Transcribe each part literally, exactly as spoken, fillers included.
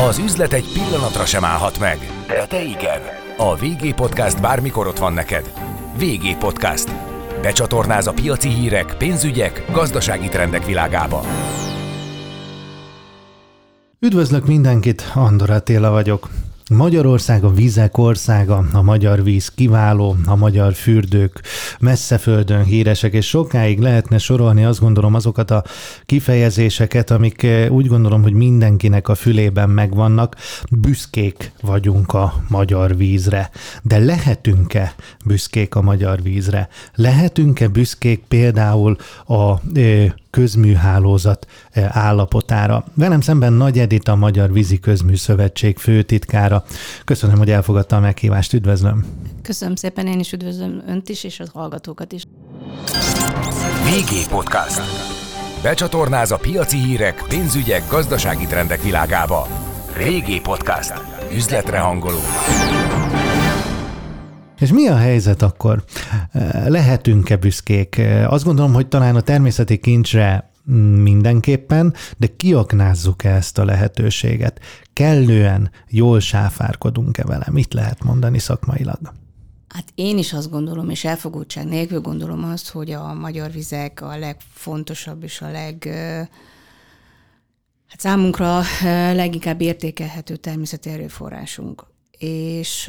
Az üzlet egy pillanatra sem állhat meg, de te igen. A vé gé Podcast bármikor ott van neked. vé gé Podcast. Becsatornáz a piaci hírek, pénzügyek, gazdasági trendek világába. Üdvözlök mindenkit, Andor Attila vagyok. Magyarország a vizek országa, a magyar víz kiváló, a magyar fürdők messze földön híresek, és sokáig lehetne sorolni, azt gondolom, azokat a kifejezéseket, amik úgy gondolom, hogy mindenkinek a fülében megvannak. Büszkék vagyunk a magyar vízre. De lehetünk-e büszkék a magyar vízre? Lehetünk-e büszkék például a közműhálózat állapotára? Velem szemben Nagy Edit, a Magyar Vízi Közműszövetség főtitkára. Köszönöm, hogy elfogadta a meghívást. Üdvözlöm. Köszönöm szépen, én is üdvözlöm önt is, és a hallgatókat is. vé gé Podcast. Becsatornáz a piaci hírek, pénzügyek, gazdasági trendek világába. vé gé Podcast. Üzletre hangoló. És mi a helyzet akkor? Lehetünk-e büszkék? Azt gondolom, hogy talán a természeti kincsre mindenképpen, de kiaknázzuk-e ezt a lehetőséget? Kellően jól sáfárkodunk-e vele? Mit lehet mondani szakmailag? Hát én is azt gondolom, és elfogultság nélkül gondolom azt, hogy a magyar vizek a legfontosabb és a leg... hát számunkra leginkább értékelhető természeti erőforrásunk. És...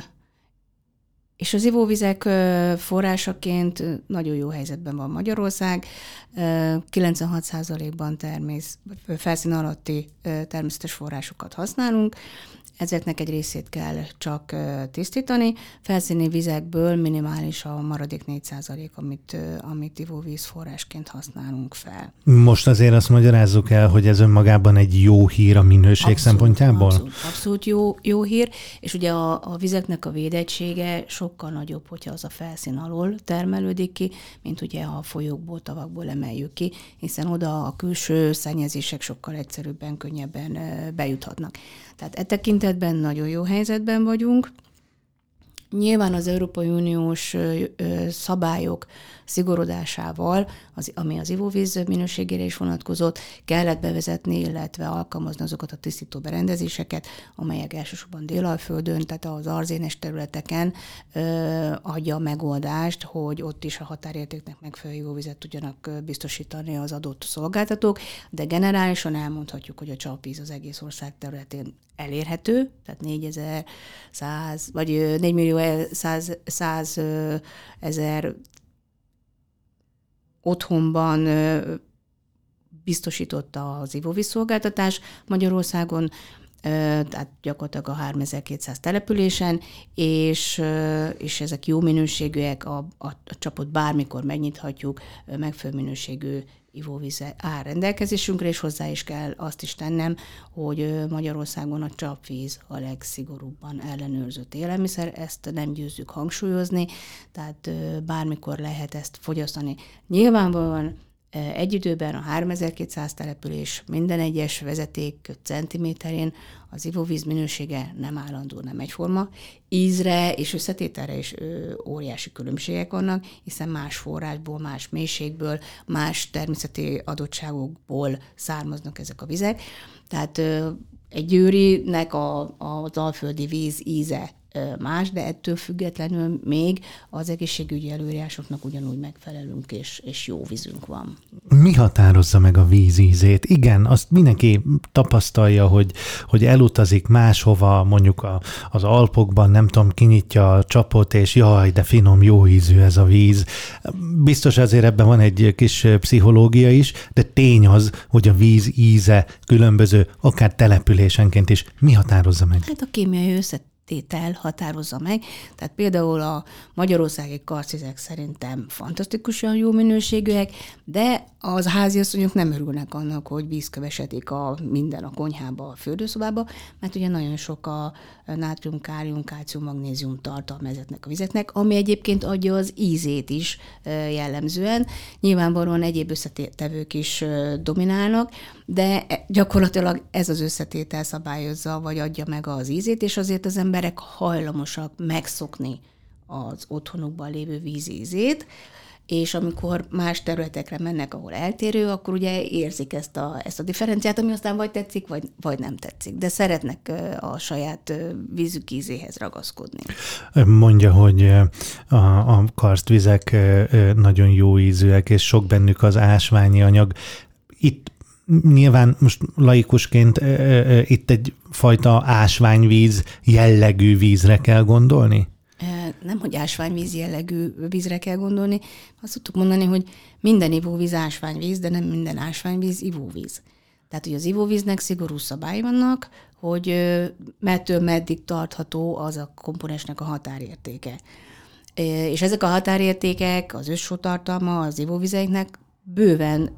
És az ivóvizek forrásaként nagyon jó helyzetben van Magyarország. kilencvenhat százalékban termész, felszín alatti természetes forrásokat használunk. Ezeknek egy részét kell csak tisztítani. Felszíni vizekből minimális a maradék négy százalék, amit, amit ivóvíz forrásként használunk fel. Most azért azt magyarázzuk el, hogy ez önmagában egy jó hír a minőség abszolút, szempontjából? Abszolút, abszolút jó, jó hír, és ugye a, a vizeknek a védettsége sokkal nagyobb, hogyha az a felszín alól termelődik ki, mint ugye a folyókból, tavakból emeljük ki, hiszen oda a külső szennyezések sokkal egyszerűbben, könnyebben bejuthatnak. Tehát e tekintetben nagyon jó helyzetben vagyunk. Nyilván az Európai Uniós szabályok szigorodásával, az, ami az ivóvíz minőségére is vonatkozott, kellett bevezetni, illetve alkalmazni azokat a tisztító berendezéseket, amelyek elsősorban Délalföldön, tehát az arzénes területeken ö, adja a megoldást, hogy ott is a határértéknek megfelelő ivóvizet tudjanak biztosítani az adott szolgáltatók, de generálisan elmondhatjuk, hogy a csapvíz az egész ország területén elérhető, tehát négyezer-száz, vagy négymillió száz ezer otthonban biztosította az ivóvízszolgáltatás Magyarországon, tehát gyakorlatilag a háromezer-kétszáz településen, és, és ezek jó minőségűek, a, a, a csapot bármikor megnyithatjuk, megfelelő minőségű ivóvíz áll rendelkezésünkre, és hozzá is kell azt is tennem, hogy Magyarországon a csapvíz a legszigorúbban ellenőrzött élelmiszer, ezt nem győzzük hangsúlyozni, tehát bármikor lehet ezt fogyasztani. Nyilvánvalóan egy időben a háromezer-kétszáz település minden egyes vezeték centiméterén az ivóvíz minősége nem állandó, nem egyforma. Ízre és összetételre is óriási különbségek vannak, hiszen más forrásból, más mélységből, más természeti adottságokból származnak ezek a vizek. Tehát egy győrinek a, az alföldi víz íze más, de ettől függetlenül még az egészségügyi előírásoknak ugyanúgy megfelelünk, és, és jó vízünk van. Mi határozza meg a víz ízét? Igen, azt mindenki tapasztalja, hogy, hogy elutazik máshova, mondjuk a, az Alpokban, nem tudom, kinyitja a csapot, és jaj, de finom, jó ízű ez a víz. Biztos azért ebben van egy kis pszichológia is, de tény az, hogy a víz íze különböző, akár településenként is. Mi határozza meg? Hát a kémiai összet tétel határozza meg. Tehát például a magyarországi karcvizek szerintem fantasztikusan jó minőségűek, de az háziasszonyok nem örülnek annak, hogy vízköv esedik a minden a konyhába, a fürdőszobába, mert ugye nagyon sok a nátrium, kálium, kálcium, magnézium tartalma ezeknek a vizeknek, ami egyébként adja az ízét is jellemzően. Nyilvánvalóan egyéb összetevők is dominálnak, de gyakorlatilag ez az összetétel szabályozza, vagy adja meg az ízét, és azért az emberek hajlamosak megszokni az otthonukban lévő víz ízét, és amikor más területekre mennek, ahol eltérő, akkor ugye érzik ezt a, ezt a differenciát, ami aztán vagy tetszik, vagy, vagy nem tetszik. De szeretnek a saját vízük ízéhez ragaszkodni. Mondja, hogy a, a karstvizek nagyon jó ízűek, és sok bennük az ásványi anyag. Itt nyilván most laikusként itt egyfajta ásványvíz jellegű vízre kell gondolni? Nem, hogy ásványvíz jellegű vízre kell gondolni. Azt tudtuk mondani, hogy minden ivóvíz ásványvíz, de nem minden ásványvíz ivóvíz. Tehát, hogy az ivóvíznek szigorú szabályi vannak, hogy mettől meddig tartható az a komponensnek a határértéke. És ezek a határértékek, az összsótartalma az ivóvizeinknek bőven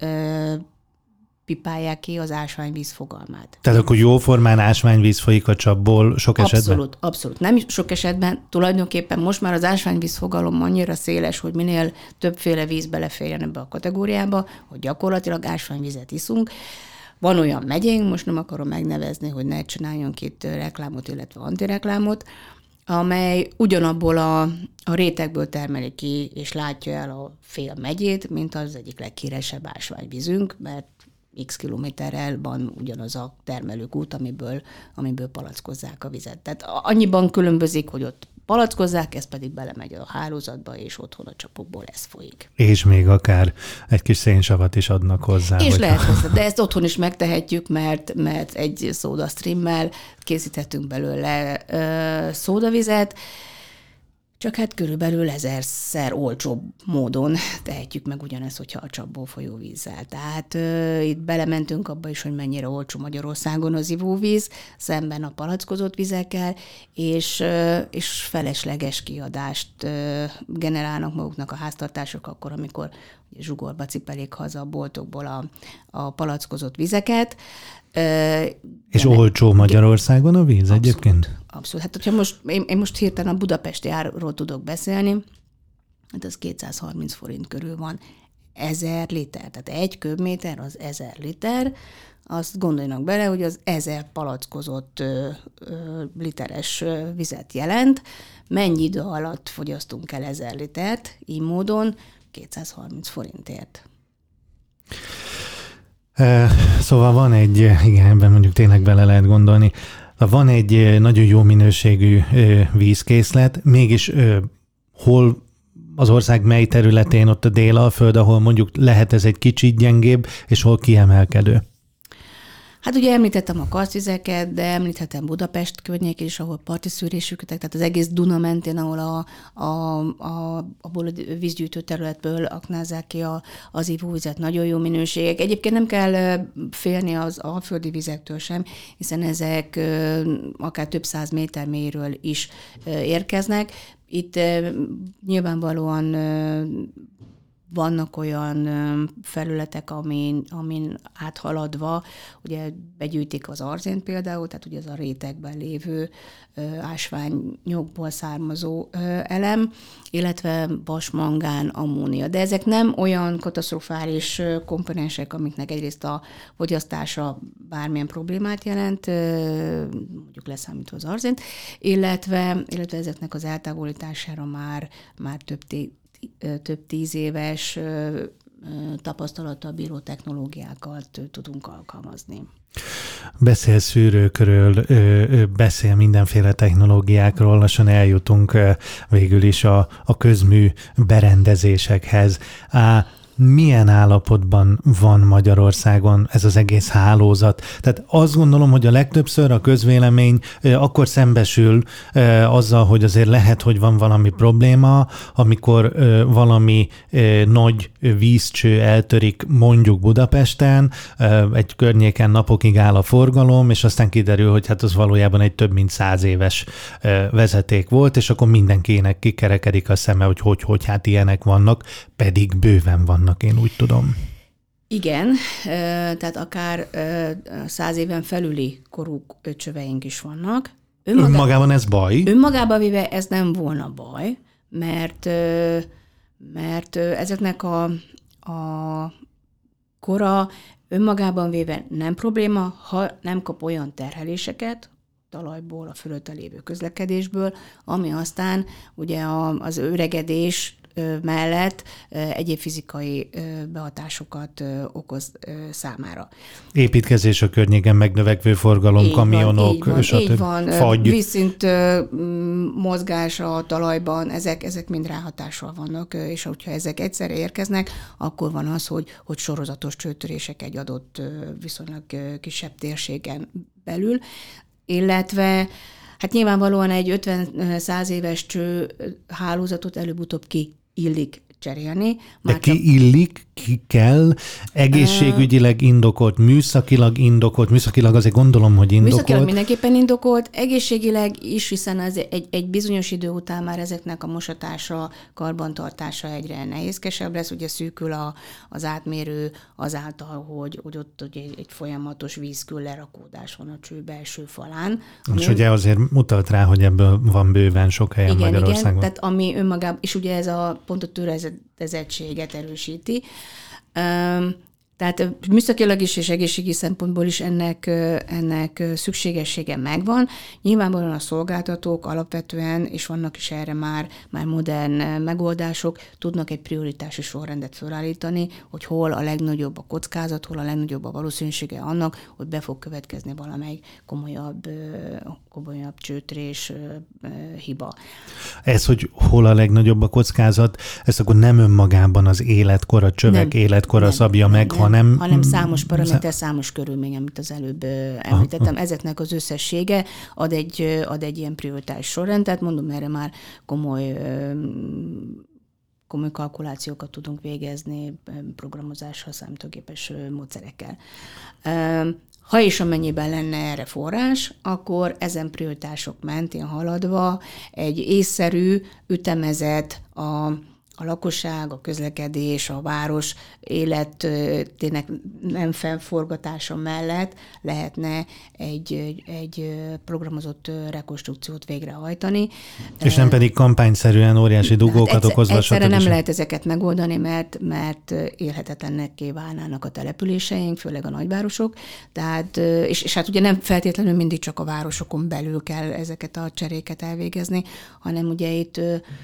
pipálják ki az ásványvíz fogalmát. Tehát akkor jóformán ásványvíz folyik a csapból sok abszolút, esetben? Abszolút, abszolút. Nem sok esetben, tulajdonképpen most már az ásványvíz fogalom annyira széles, hogy minél többféle víz beleférjen ebbe a kategóriába, hogy gyakorlatilag ásványvizet iszunk. Van olyan megyénk, most nem akarom megnevezni, hogy ne csináljunk itt reklámot, illetve antireklámot, amely ugyanabból a, a rétegből termeli ki, és látja el a fél megyét, mint az egyik leghíresebb ásványvízünk, mert x kilométerrel van ugyanaz a termelőkút, amiből, amiből palackozzák a vizet. Tehát annyiban különbözik, hogy ott palackozzák, ez pedig belemegy a hálózatba, és otthon a csapokból ez folyik. És még akár egy kis szénsavat is adnak hozzá. És hogy... lehet hozzá, de ezt otthon is megtehetjük, mert, mert egy szódastreammel készíthetünk belőle ö, szódavizet, csak hát körülbelül ezerszer olcsóbb módon tehetjük meg ugyanezt, hogyha a csapból folyó vízzel. Tehát ö, itt belementünk abba is, hogy mennyire olcsó Magyarországon az ivóvíz, szemben a palackozott vizekkel, és, ö, és felesleges kiadást ö, generálnak maguknak a háztartások akkor, amikor zsugorba cipelik haza a boltokból a, a palackozott vizeket. Ö, és olcsó Magyarországon a víz abszolút, egyébként? Abszolút. Hát, hogyha most, én, én most hirtelen a budapesti árról tudok beszélni, hát az kétszázharminc forint körül van. Ezer liter, tehát egy köbméter az ezer liter, azt gondoljanak bele, hogy az ezer palackozott ö, ö, literes ö, vizet jelent. Mennyi idő alatt fogyasztunk el ezer litert, így módon kétszázharminc forintért. Szóval van egy, igen, ebben mondjuk tényleg bele lehet gondolni, van egy nagyon jó minőségű vízkészlet, mégis hol az ország mely területén, ott a Délalföld, ahol mondjuk lehet ez egy kicsit gyengébb, és hol kiemelkedő? Hát ugye említettem a karsztvizeket, de említhetem Budapest környékén is, ahol parti szűrésük, tehát az egész Duna mentén, ahol a, a, a, abból a vízgyűjtő területből aknázzák ki a, az ivóvizet, nagyon jó minőségek. Egyébként nem kell félni az alföldi vizektől sem, hiszen ezek akár több száz méter mélyről is érkeznek. Itt nyilvánvalóan vannak olyan felületek, amin, amin áthaladva, ugye begyűjtik az arzént például, tehát ugye az a rétegben lévő ásványokból származó elem, illetve vas, mangán, ammónia. De ezek nem olyan katasztrofális komponensek, amiknek egyrészt a fogyasztása bármilyen problémát jelent, mondjuk leszámítva az arzént, illetve, illetve ezeknek az eltávolítására már, már több té- több tíz éves tapasztalattal bíró technológiákat tudunk alkalmazni. Beszél szűrőkről, beszél mindenféle technológiákról, lassan eljutunk végül is a, a közmű berendezésekhez. Milyen állapotban van Magyarországon ez az egész hálózat? Tehát azt gondolom, hogy a legtöbbször a közvélemény akkor szembesül azzal, hogy azért lehet, hogy van valami probléma, amikor valami nagy vízcső eltörik mondjuk Budapesten, egy környéken napokig áll a forgalom, és aztán kiderül, hogy hát az valójában egy több mint száz éves vezeték volt, és akkor mindenkinek kikerekedik a szeme, hogy hogy, hogy hát ilyenek vannak, pedig bőven van. Én úgy tudom. Igen, tehát akár száz éven felüli korú csöveink is vannak. Önmagá... Önmagában ez baj? Önmagában véve ez nem volna baj, mert, mert ezeknek a, a kora önmagában véve nem probléma, ha nem kap olyan terheléseket, talajból, a fölötte lévő közlekedésből, ami aztán ugye az öregedés mellett egyéb fizikai behatásokat okoz számára. Építkezés a környéken, megnövekvő forgalom, így kamionok, van, így van, így van. Fagy. Vízszint mozgás a talajban, ezek, ezek mind ráhatással vannak, és hogyha ezek egyszerre érkeznek, akkor van az, hogy, hogy sorozatos csőtörések egy adott viszonylag kisebb térségen belül, illetve hát nyilvánvalóan egy ötven-száz éves cső hálózatot előbb-utóbb ki illik cserélni. De ki csak... illik, ki kell, egészségügyileg indokolt, műszakilag indokolt, műszakilag azért gondolom, hogy indokolt. Műszakilag mindenképpen indokolt, egészségileg is, hiszen az egy, egy bizonyos idő után már ezeknek a mosatása, karbantartása egyre nehézkesebb lesz, ugye szűkül a, az átmérő azáltal, hogy, hogy ott hogy egy, egy folyamatos vízkül lerakódás van a cső belső falán. És ugye azért mutat rá, hogy ebből van bőven sok helyen igen, Magyarországon. Igen, tehát ami önmagában, és ugye ez a pont a töredezettséget erősíti. Tehát műszakilag is és egészségi szempontból is ennek, ennek szükségessége megvan. Nyilvánvalóan a szolgáltatók alapvetően, és vannak is erre már, már modern megoldások, tudnak egy prioritási sorrendet felállítani, hogy hol a legnagyobb a kockázat, hol a legnagyobb a valószínűsége annak, hogy be fog következni valamelyik komolyabb, komolyabb csőtörés hiba. Ez, hogy hol a legnagyobb a kockázat, ez akkor nem önmagában az életkor, a csövek nem, életkora nem, szabja nem, meg, nem, hanem... hanem számos paraméter, számos körülmény, amit az előbb említettem. Ezeknek az összessége ad egy, ad egy ilyen prioritás sorrend, tehát mondom, erre már komoly komoly kalkulációkat tudunk végezni programozással, számítógépes módszerekkel. Ha és amennyiben lenne erre forrás, akkor ezen prioritások mentén haladva egy észszerű, ütemezett, a a lakosság, a közlekedés, a város életének nem fennforgatása mellett lehetne egy, egy programozott rekonstrukciót végrehajtani. És nem pedig kampányszerűen óriási dugókat hát egyszer, okozva. Egyszerre nem lehet ezeket megoldani, mert, mert élhetetlenekké válnának a településeink, főleg a nagyvárosok. Tehát, és, és hát ugye nem feltétlenül mindig csak a városokon belül kell ezeket a cseréket elvégezni, hanem ugye itt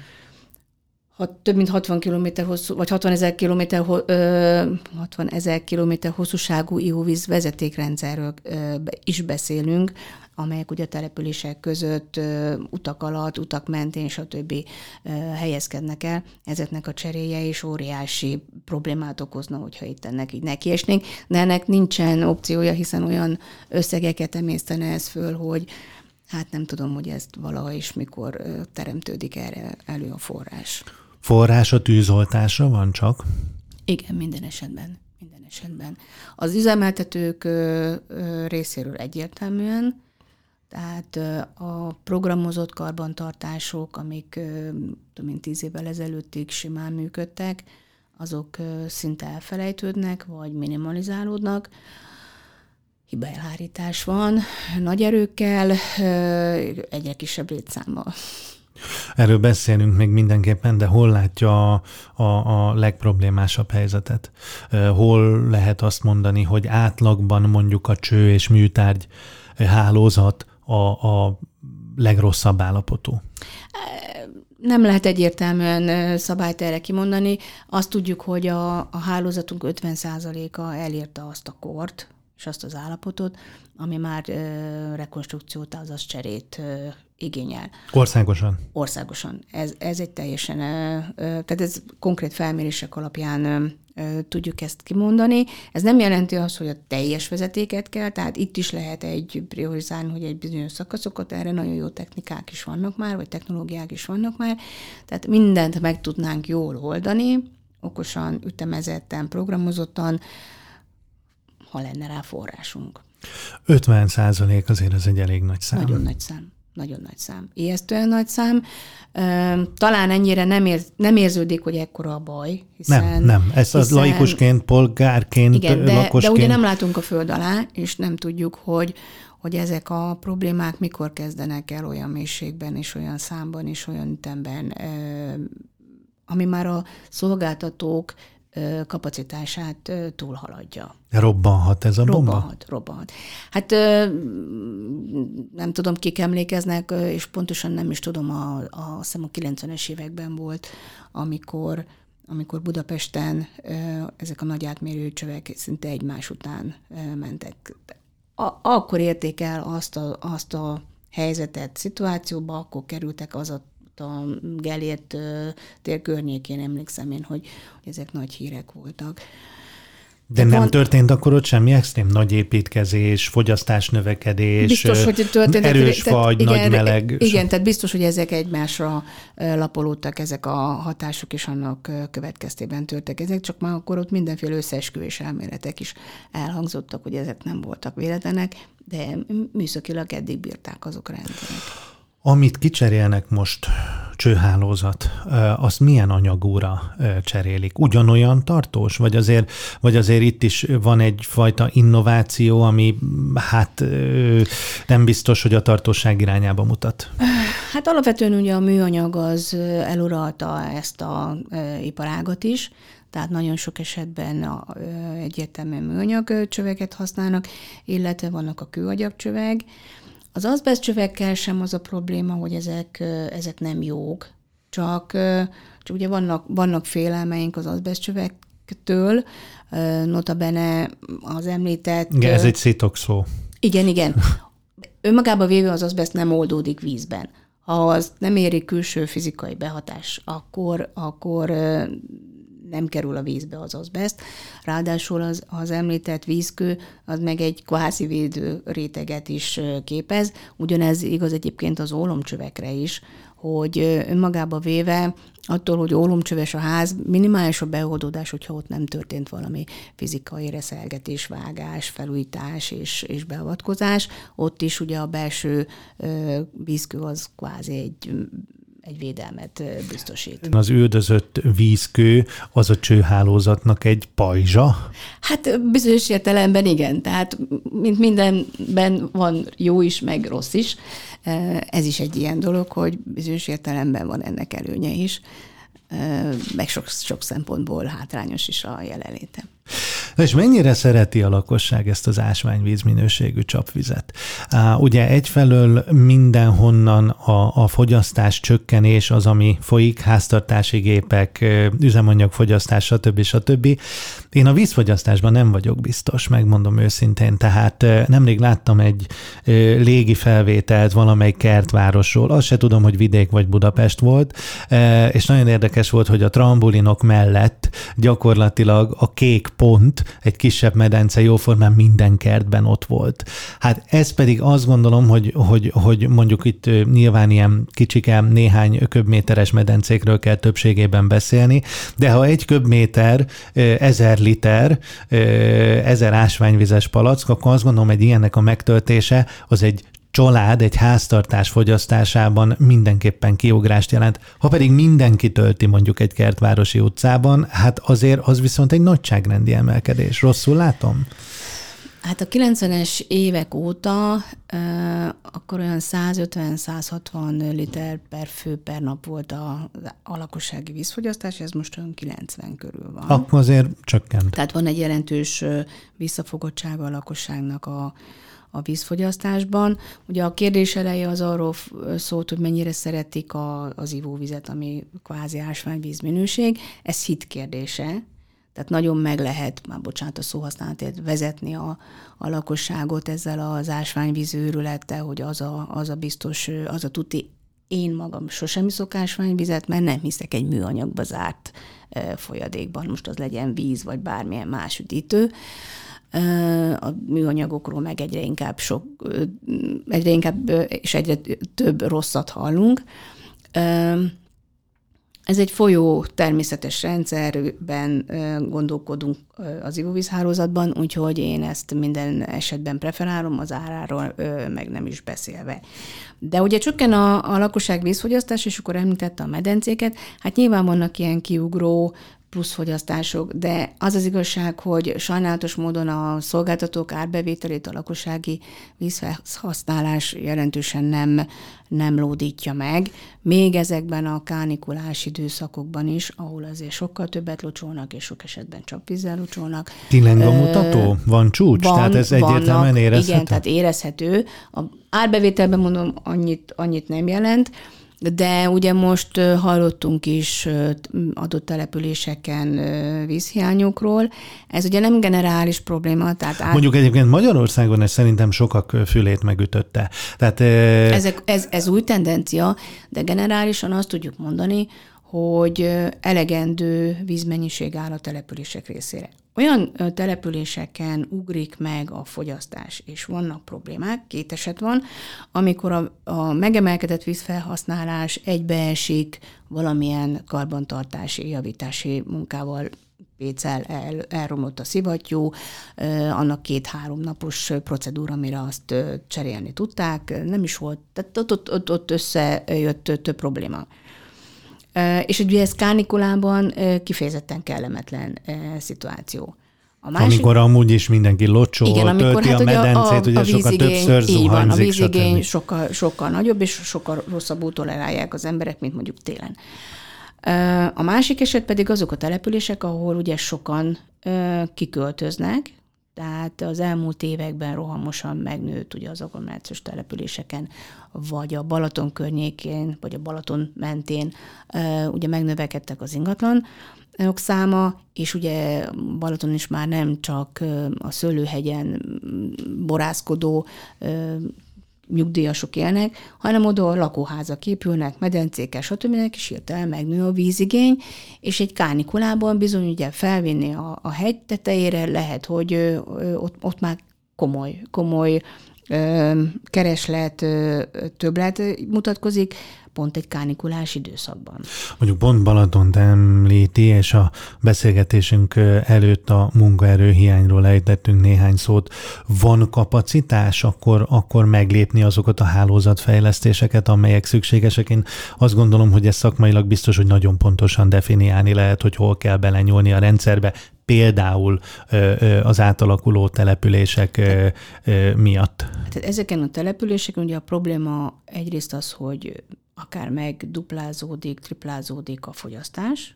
több mint hatvan kilométer hosszú, vagy hatvan ezer kilométer, hatvan ezer kilométer hosszúságú ivóvíz vezetékrendszerről is beszélünk, amelyek ugye a települések között, utak alatt, utak mentén, stb. Helyezkednek el. Ezeknek a cseréje is óriási problémát okozna, hogyha itt ennek így nekiesnénk, de ennek nincsen opciója, hiszen olyan összegeket emésztene ez föl, hogy hát nem tudom, hogy ezt valaha is mikor teremtődik erre elő a forrás. Forrás a tűzoltásra van csak? Igen, minden esetben. Minden esetben. Az üzemeltetők részéről egyértelműen, tehát a programozott karbantartások, amik több mint tíz évvel ezelőttig simán működtek, azok szinte elfelejtődnek, vagy minimalizálódnak. Hibaelhárítás van, nagy erőkkel, egyre kisebb létszámmal. Erről beszélünk még mindenképpen, de hol látja a, a, a legproblémásabb helyzetet? Hol lehet azt mondani, hogy átlagban mondjuk a cső és műtárgy hálózat a, a legrosszabb állapotú? Nem lehet egyértelműen szabályt erre kimondani. Azt tudjuk, hogy a, a hálózatunk ötven százaléka elérte azt a kort, és azt az állapotot, ami már ö, rekonstrukciót, azaz cserét ö, igényel. Országosan? Országosan. Ez, ez egy teljesen, ö, ö, tehát ez konkrét felmérések alapján ö, ö, tudjuk ezt kimondani. Ez nem jelenti azt, hogy a teljes vezetéket kell, tehát itt is lehet egy priorizálni, hogy egy bizonyos szakaszokat, erre nagyon jó technikák is vannak már, vagy technológiák is vannak már, tehát mindent meg tudnánk jól oldani, okosan, ütemezetten, programozottan, ha lenne rá forrásunk. ötven százalék azért ez egy elég nagy szám. Nagyon nagy szám. Nagyon nagy szám. Ijesztően nagy szám. Talán ennyire nem, ér, nem érződik, hogy ekkora a baj. Hiszen, nem, nem. Ezt hiszen, az laikusként, polgárként, igen, de, lakosként. de ugye nem látunk a föld alá, és nem tudjuk, hogy, hogy ezek a problémák mikor kezdenek el olyan mélységben, és olyan számban, és olyan ütemben, ami már a szolgáltatók kapacitását túlhaladja. Robbanhat ez a bomba? Robbanhat, robbanhat. Hát nem tudom, kik emlékeznek, és pontosan nem is tudom, a, a, azt hiszem a kilencvenes években volt, amikor, amikor Budapesten ezek a nagy átmérő csövek szinte egymás után mentek. A, akkor érték el azt a, azt a helyzetet, szituációba, akkor kerültek az a a Gellért tér környékén, emlékszem én, hogy, hogy ezek nagy hírek voltak. De, De nem van... történt akkor ott semmi extrém nagy építkezés, fogyasztás növekedés, biztos, hogy történt, erős tehát, fagy, igen, nagy meleg. Igen, tehát biztos, hogy ezek egymásra lapolódtak, ezek a hatások, és annak következtében történtek ezek, csak már akkor ott mindenféle összeesküvés elméletek is elhangzottak, hogy ezek nem voltak véletlenek, de műszakilag eddig bírták azok a rendszerek. Amit kicserélnek most csőhálózat, azt milyen anyagúra cserélik? Ugyanolyan tartós? Vagy azért, vagy azért itt is van egyfajta innováció, ami hát nem biztos, hogy a tartóság irányába mutat? Hát alapvetően ugye a műanyag az eluralta ezt a iparágat is, tehát nagyon sok esetben a, egyértelműen műanyag csöveket használnak, illetve vannak a kőagyagcsövek. Az azbesztcsövekkel sem az a probléma, hogy ezek, ezek nem jók, csak, csak ugye vannak, vannak félelmeink az azbesztcsövektől, notabene az említett... Igen, ez egy szitokszó. Igen, igen. Önmagában véve az azbeszt nem oldódik vízben. Ha az nem éri külső fizikai behatás, akkor, akkor nem kerül a vízbe az azbeszt. Ráadásul az, az említett vízkő, az meg egy kvázi védő réteget is képez. Ugyanez igaz egyébként az ólomcsövekre is, hogy önmagába véve attól, hogy ólomcsöves a ház, minimális a beoldódás, hogyha ott nem történt valami fizikai reszelgetés, vágás, felújítás és, és beavatkozás. Ott is ugye a belső vízkő az kvázi egy egy védelmet biztosít. Az üldözött vízkő az a csőhálózatnak egy pajzsa? Hát bizonyos értelemben igen, tehát mint mindenben van jó is, meg rossz is. Ez is egy ilyen dolog, hogy bizonyos értelemben van ennek előnye is, meg sok, sok szempontból hátrányos is a jelenléte. Na és mennyire szereti a lakosság ezt az ásványvíz minőségű csapvizet? Ugye egyfelől mindenhonnan a, a fogyasztás csökkenés az, ami folyik, háztartási gépek, üzemanyagfogyasztás, stb. stb. Én a vízfogyasztásban nem vagyok biztos, megmondom őszintén. Tehát nemrég láttam egy légi felvételt valamelyik kertvárosról, azt se tudom, hogy vidék vagy Budapest volt, és nagyon érdekes volt, hogy a trambulinok mellett gyakorlatilag a kék pont, egy kisebb medence jóformán minden kertben ott volt. Hát ez pedig azt gondolom, hogy, hogy, hogy mondjuk itt nyilván ilyen kicsike néhány köbméteres medencékről kell többségében beszélni, de ha egy köbméter ezer liter, ezer ásványvizes palack, akkor azt gondolom, hogy ilyennek a megtöltése az egy család, egy háztartás fogyasztásában mindenképpen kiugrást jelent. Ha pedig mindenki tölti mondjuk egy kertvárosi utcában, hát azért az viszont egy nagyságrendi emelkedés. Rosszul látom? Hát a kilencvenes évek óta uh, akkor olyan százötven-százhatvan liter per fő per nap volt a, a lakossági vízfogyasztás, ez most olyan kilencven körül van. Akkor azért csökkent. Tehát van egy jelentős visszafogottsága a lakosságnak a a vízfogyasztásban. Ugye a kérdés eleje az arról szólt, hogy mennyire szeretik a, az ivóvizet, ami kvázi ásványvíz minőség. Ez hit kérdése. Tehát nagyon meg lehet, már bocsánat a szóhasználatért, vezetni a, a lakosságot ezzel az ásványvíz őrülettel, hogy az a, az a biztos, az a tuti, én magam sosem iszok ásványvizet, mert nem hiszek egy műanyagba zárt folyadékban, most az legyen víz, vagy bármilyen más üdítő. A műanyagokról meg egyre inkább sok, egyre inkább és egyre több rosszat hallunk. Ez egy folyó természetes rendszerben gondolkodunk az ivóvízhálózatban, úgyhogy én ezt minden esetben preferálom, az áráról meg nem is beszélve. De ugye csökken a, a lakosság vízfogyasztás, és akkor említette a medencéket, hát nyilván vannak ilyen kiugró plusz fogyasztások, de az az igazság, hogy sajnálatos módon a szolgáltatók árbevételét a lakossági vízfelhasználás jelentősen nem, nem lódítja meg. Még ezekben a kánikulás időszakokban is, ahol azért sokkal többet locsolnak, és sok esetben csapvízzel locsolnak. Tilenga mutató? Van csúcs? Van, tehát ez egyértelműen érezhető? Igen, tehát érezhető. A árbevételben mondom, annyit, annyit nem jelent, de ugye most hallottunk is adott településeken vízhiányokról. Ez ugye nem generális probléma. Tehát át... Mondjuk egyébként Magyarországon ez szerintem sokak fülét megütötte. Tehát, Ezek, ez, ez új tendencia, de generálisan azt tudjuk mondani, hogy elegendő vízmennyiség áll a települések részére. Olyan településeken ugrik meg a fogyasztás, és vannak problémák, két eset van, amikor a, a megemelkedett vízfelhasználás egybeesik valamilyen karbantartási, javítási munkával, péccel el, elromlott a szivattyú, annak két-három napos procedúra, amire azt cserélni tudták, nem is volt, tehát ott, ott, ott, ott összejött több probléma. És ugye ez kánikulában kifejezetten kellemetlen szituáció. A másik, amikor amúgy is mindenki locsol, igen, amikor, tölti hát, a medencét, ugye, a, a sokkal többször zuhanyzik, a vízigény sokkal, sokkal nagyobb, és sokkal rosszabbul tolerálják az emberek, mint mondjuk télen. A másik eset pedig azok a települések, ahol ugye sokan kiköltöznek, tehát az elmúlt években rohamosan megnőtt ugye az agglomerációs településeken, vagy a Balaton környékén, vagy a Balaton mentén ugye megnövekedtek az ingatlanok száma, és ugye Balaton is már nem csak a szőlőhegyen borászkodó nyugdíjasok élnek, hanem oda lakóházak épülnek, medencékkel, stb. És hirtelen megnő a vízigény, és egy kánikulában bizony ugye felvinni a, a hegy tetejére lehet, hogy ö, ott, ott már komoly, komoly ö, kereslet, ö, többlet mutatkozik, pont egy kánikulás időszakban. Mondjuk pont Balatont említi, és a beszélgetésünk előtt a munkaerőhiányról ejtettünk néhány szót. Van kapacitás akkor, akkor meglépni azokat a hálózatfejlesztéseket, amelyek szükségesek? Én azt gondolom, hogy ez szakmailag biztos, hogy nagyon pontosan definiálni lehet, hogy hol kell belenyúlni a rendszerbe, például az átalakuló települések miatt. Tehát ezeken a településeken ugye a probléma egyrészt az, hogy akár megduplázódik, triplázódik a fogyasztás,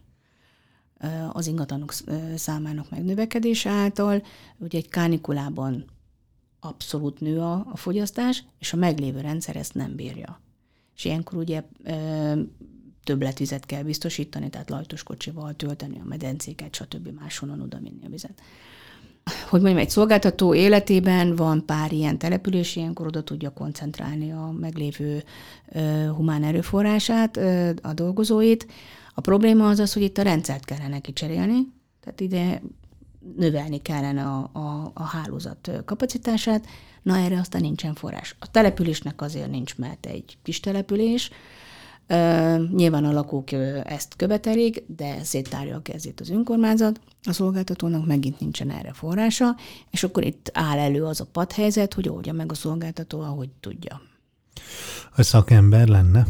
az ingatlanok számának megnövekedése által. Ugye egy kánikulában abszolút nő a, a fogyasztás, és a meglévő rendszer ezt nem bírja. És ilyenkor ugye többletvizet kell biztosítani, tehát lajtos kocsival tölteni a medencéket, stb. Máshonnan oda vinni a vizet. Hogy mondjam, egy szolgáltató életében van pár ilyen település, ilyenkor oda tudja koncentrálni a meglévő uh, humán erőforrását, uh, a dolgozóit. A probléma az az, hogy itt a rendszert kellene kicserélni, tehát ide növelni kellene a, a, a hálózat kapacitását, na erre aztán nincsen forrás. A településnek azért nincs, mert egy kis település, Uh, nyilván a lakók ezt követelik, de széttárja a kezét az önkormányzat, a szolgáltatónak megint nincsen erre forrása, és akkor itt áll elő az a padhelyzet, hogy oldja meg a szolgáltató, ahogy tudja. A szakember lenne?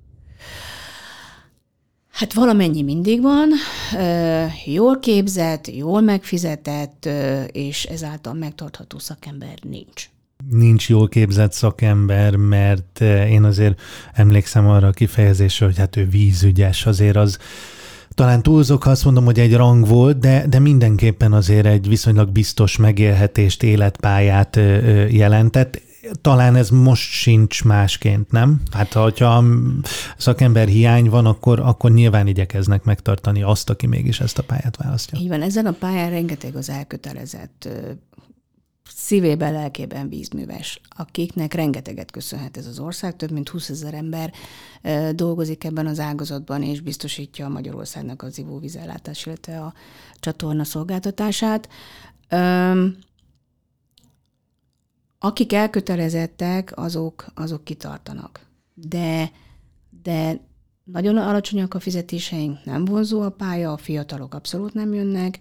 Hát valamennyi mindig van, jól képzett, jól megfizetett, és ezáltal megtartható szakember nincs. Nincs jól képzett szakember, mert én azért emlékszem arra a kifejezésre, hogy hát ő vízügyes, azért az talán túlzok, ha azt mondom, hogy egy rang volt, de, de mindenképpen azért egy viszonylag biztos megélhetést, életpályát jelentett. Talán ez most sincs másként, nem? Hát ha szakember hiány van, akkor, akkor nyilván igyekeznek megtartani azt, aki mégis ezt a pályát választja. Így van, ezen a pályán rengeteg az elkötelezett, szívében, lelkében vízműves, akiknek rengeteget köszönhet ez az ország. Több mint húszezer ember dolgozik ebben az ágazatban, és biztosítja a Magyarországnak az ivóvízellátás, illetve a csatorna szolgáltatását. Akik elkötelezettek, azok, azok kitartanak. De, de nagyon alacsonyak a fizetéseink, nem vonzó a pálya, a fiatalok abszolút nem jönnek,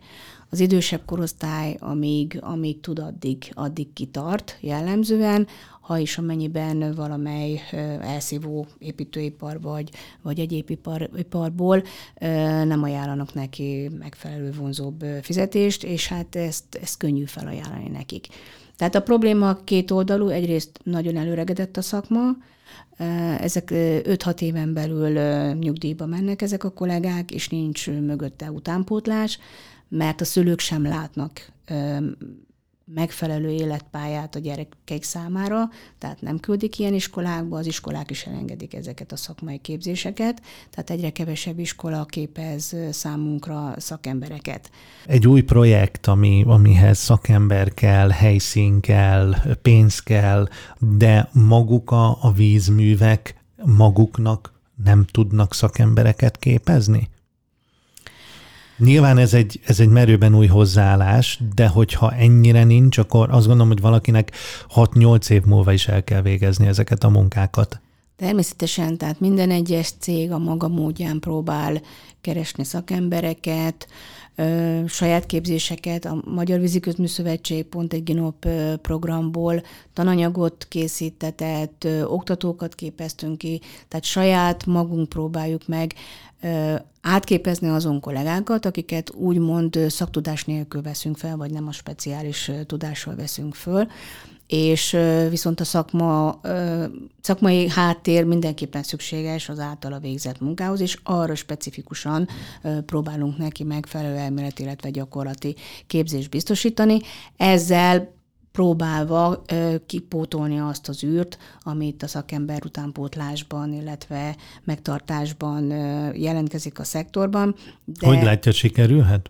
Az idősebb korosztály, amíg, amíg tud, addig, addig kitart jellemzően, ha is amennyiben valamely elszívó építőipar vagy, vagy egyéb ipar, iparból nem ajánlanak neki megfelelő vonzóbb fizetést, és hát ezt, ezt könnyű felajánlani nekik. Tehát a probléma két oldalú, egyrészt nagyon előregedett a szakma, ezek öt-hat éven belül nyugdíjba mennek ezek a kollégák, és nincs mögötte utánpótlás, mert a szülők sem látnak megfelelő életpályát a gyerekek számára, tehát nem küldik ilyen iskolákba, az iskolák is elengedik ezeket a szakmai képzéseket, tehát egyre kevesebb iskola képez számunkra szakembereket. Egy új projekt, ami, amihez szakember kell, helyszín kell, pénz kell, de maguk a, a vízművek maguknak nem tudnak szakembereket képezni? Nyilván ez egy, ez egy merőben új hozzáállás, de hogyha ennyire nincs, akkor azt gondolom, hogy valakinek hat-nyolc év múlva is el kell végezni ezeket a munkákat. Természetesen, tehát minden egyes cég a maga módján próbál keresni szakembereket, ö, saját képzéseket. A Magyar Víziközműszövetség pont egy GINOP programból tananyagot készítetett, ö, oktatókat képeztünk ki, tehát saját magunk próbáljuk meg ö, átképezni azon kollégákat, akiket úgymond szaktudás nélkül veszünk fel, vagy nem a speciális tudással veszünk föl, és viszont a szakma, szakmai háttér mindenképpen szükséges az általa végzett munkához, és arra specifikusan próbálunk neki megfelelő elméleti, illetve gyakorlati képzést biztosítani. Ezzel próbálva kipótolni azt az űrt, amit a szakember utánpótlásban, illetve megtartásban jelentkezik a szektorban. De hogy látja, sikerülhet?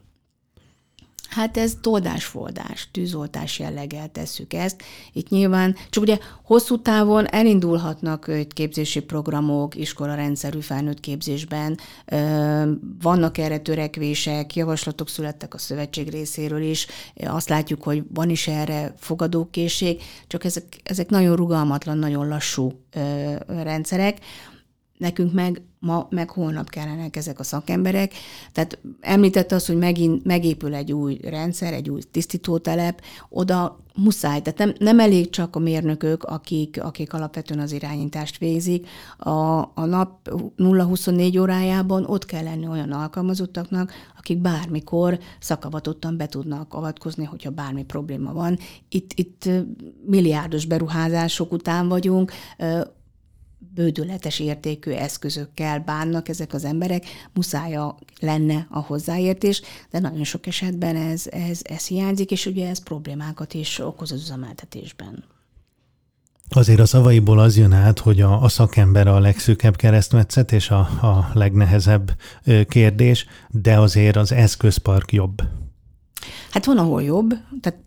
Hát ez toldás-foldás, tűzoltás jelleggel tesszük ezt. Itt nyilván, csak ugye hosszú távon elindulhatnak képzési programok, iskolarendszerű felnőtt képzésben, vannak erre törekvések, javaslatok születtek a szövetség részéről is, azt látjuk, hogy van is erre fogadókészség, csak ezek, ezek nagyon rugalmatlan, nagyon lassú rendszerek. Nekünk meg ma, meg holnap kellenek ezek a szakemberek. Tehát említette azt, hogy megint megépül egy új rendszer, egy új tisztítótelep, oda muszáj, tehát nem, nem elég csak a mérnökök, akik, akik alapvetően az irányítást végzik. A, a nap nulla huszonnégy órájában ott kell lenni olyan alkalmazottaknak, akik bármikor szakavatottan be tudnak avatkozni, hogyha bármi probléma van. Itt, itt milliárdos beruházások után vagyunk, bődületes értékű eszközökkel bánnak ezek az emberek, muszáj lenne a hozzáértés, de nagyon sok esetben ez, ez, ez hiányzik, és ugye ez problémákat is okoz az üzemeltetésben. Azért a szavaiból az jön át, hogy a, a szakember a legszűkebb keresztmetszet és a, a legnehezebb kérdés, de azért az eszközpark jobb. Hát van, ahol jobb, tehát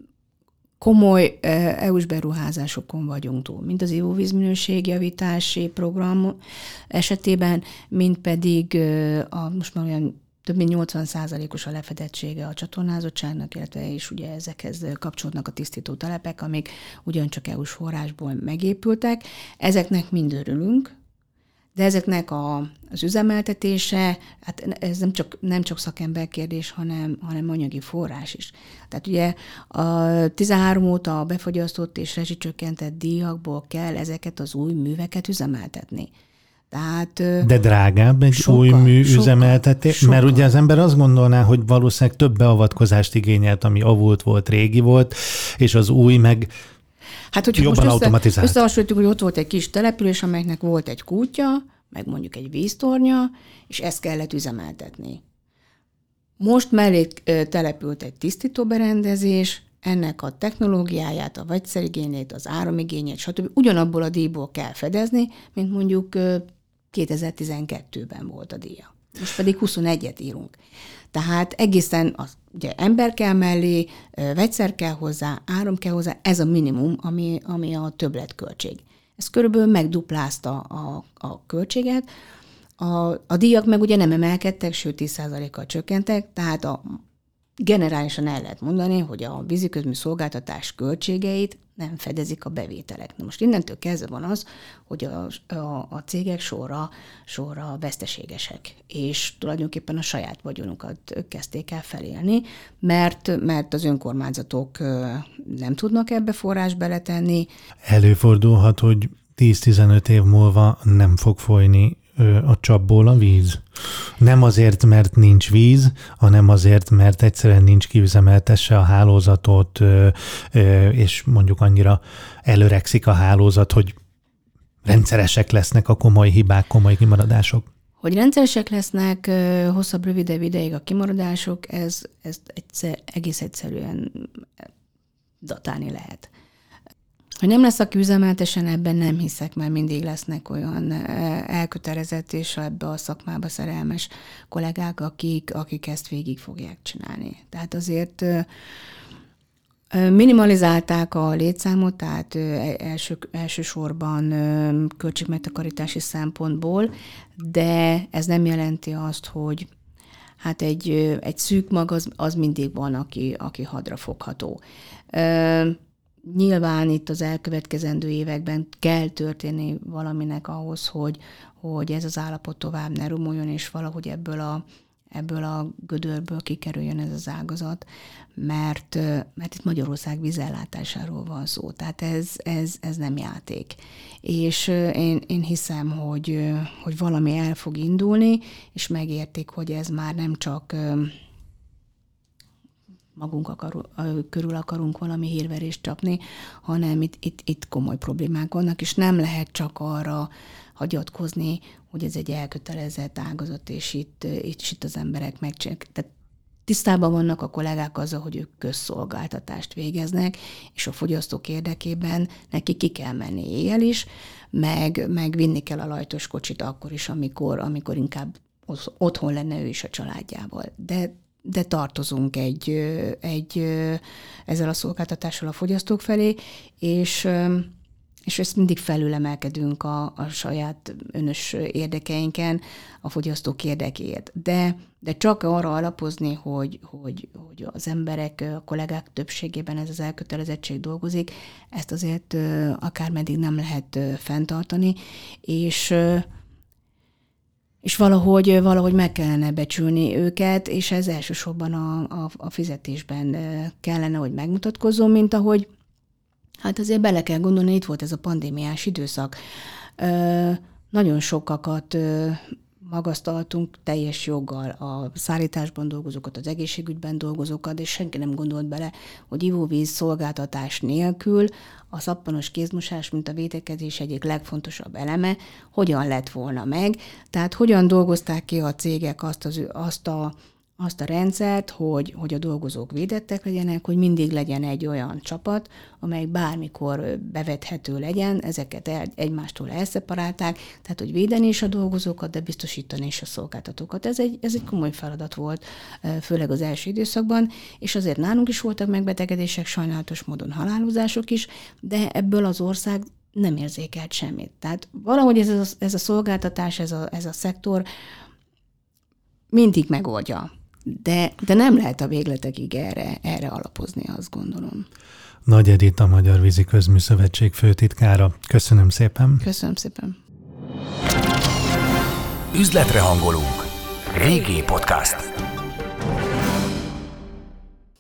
komoly é u-s beruházásokon vagyunk túl, mint az ivóvízminőségjavítási program esetében, mint pedig a, most már olyan több mint nyolcvan százalékos a lefedettsége a csatornázottságnak, illetve és ugye ezekhez kapcsolódnak a tisztító telepek, amik ugyancsak é u-s forrásból megépültek. Ezeknek mind örülünk, de ezeknek a, az üzemeltetése, hát ez nem csak, nem csak szakember kérdés, hanem, hanem anyagi forrás is. Tehát ugye a tizenhárom óta befagyasztott és rezsicsökkentett díjakból kell ezeket az új műveket üzemeltetni. Tehát, de drágább egy sokkal, új mű sokkal, üzemeltetés, sokkal. Mert ugye az ember azt gondolná, hogy valószínűleg több beavatkozást igényelt, ami avult volt, régi volt, és az új meg hát, hogyha jobban most automatizált. Összehasonlítjuk, hogy ott volt egy kis település, amelynek volt egy kútja, meg mondjuk egy víztornya, és ezt kellett üzemeltetni. Most mellé települt egy tisztítóberendezés, ennek a technológiáját, a vegyszerigényét, az áramigényét, stb. Ugyanabból a díjból kell fedezni, mint mondjuk kétezer-tizenkettőben volt a díja. Most pedig huszonegyet írunk. Tehát egészen az, ugye ember kell mellé, vegyszer kell hozzá, áram kell hozzá, ez a minimum, ami, ami a többletköltség. Ez körülbelül megduplázta a, a költséget. A, a díjak meg ugye nem emelkedtek, sőt tíz százalékkal csökkentek, tehát a generálisan el lehet mondani, hogy a víziközmű szolgáltatás költségeit nem fedezik a bevételek. Na most innentől kezdve van az, hogy a, a, a cégek sorra, sorra veszteségesek, és tulajdonképpen a saját vagyonukat kezdték el felélni, mert, mert az önkormányzatok nem tudnak ebbe forrás beletenni. Előfordulhat, hogy tíz-tizenöt év múlva nem fog folyni a csapból a víz. Nem azért, mert nincs víz, hanem azért, mert egyszerűen nincs kiüzemeltesse a hálózatot, és mondjuk annyira előrekszik a hálózat, hogy rendszeresek lesznek a komoly hibák, komoly kimaradások. Hogy rendszeresek lesznek hosszabb, rövidebb ideig a kimaradások, ez, ez egyszer, egész egyszerűen datálni lehet. Hogy nem lesz, aki üzemeltesen, ebben nem hiszek, mert mindig lesznek olyan elkötelezett és ebbe a szakmába szerelmes kollégák, akik, akik ezt végig fogják csinálni. Tehát azért minimalizálták a létszámot, tehát első, elsősorban költségmegtakarítási szempontból, de ez nem jelenti azt, hogy hát egy, egy szűk mag az, az mindig van, aki, aki hadra fogható. Nyilván itt az elkövetkezendő években kell történni valaminek ahhoz, hogy, hogy ez az állapot tovább ne romoljon, és valahogy ebből a, ebből a gödörből kikerüljön ez az ágazat, mert, mert itt Magyarország vízellátásáról van szó, tehát ez, ez, ez nem játék. És én, én hiszem, hogy, hogy valami el fog indulni, és megértik, hogy ez már nem csak magunk akar, körül akarunk valami hírverést csapni, hanem itt, itt, itt komoly problémák vannak, és nem lehet csak arra hagyatkozni, hogy ez egy elkötelezett ágazat, és itt, itt, itt az emberek megcsinálják. Tehát tisztában vannak a kollégák azzal, hogy ők közszolgáltatást végeznek, és a fogyasztók érdekében neki ki kell menni éjjel is, meg, meg vinni kell a lajtos kocsit akkor is, amikor, amikor inkább otthon lenne ő is a családjával. De de tartozunk egy, egy, ezzel a szolgáltatással a fogyasztók felé, és, és ezt mindig felülemelkedünk a, a saját önös érdekeinken, a fogyasztók érdekéért. De, de csak arra alapozni, hogy, hogy, hogy az emberek, a kollégák többségében ez az elkötelezettség dolgozik, ezt azért akármeddig nem lehet fenntartani, és és valahogy, valahogy meg kellene becsülni őket, és ez elsősorban a, a, a fizetésben kellene, hogy megmutatkozzon, mint ahogy, hát azért bele kell gondolni, itt volt ez a pandémiás időszak. Ö, nagyon sokakat ö, magasztaltunk teljes joggal a szállításban dolgozókat, az egészségügyben dolgozókat, és senki nem gondolt bele, hogy ivóvíz szolgáltatás nélkül a szappanos kézmosás, mint a védekezés egyik legfontosabb eleme, hogyan lett volna meg. Tehát hogyan dolgozták ki a cégek azt, az, azt, a, azt a rendszert, hogy, hogy a dolgozók védettek legyenek, hogy mindig legyen egy olyan csapat, amely bármikor bevethető legyen, ezeket el, egymástól elszeparálták, tehát hogy védeni is a dolgozókat, de biztosítani is a szolgáltatókat. Ez egy, ez egy komoly feladat volt, főleg az első időszakban, és azért nálunk is voltak megbetegedések, sajnálatos módon halálozások is, de ebből az ország nem érzékelt semmit. Tehát valahogy ez a, ez a szolgáltatás, ez a, ez a szektor mindig megoldja. De, de nem lehet a végletekig erre, erre alapozni, azt gondolom. Nagy Edit, a Magyar Vízi Közmű Szövetség főtitkára. Köszönöm szépen. Köszönöm szépen. Üzletre hangolunk. vé gé Podcast.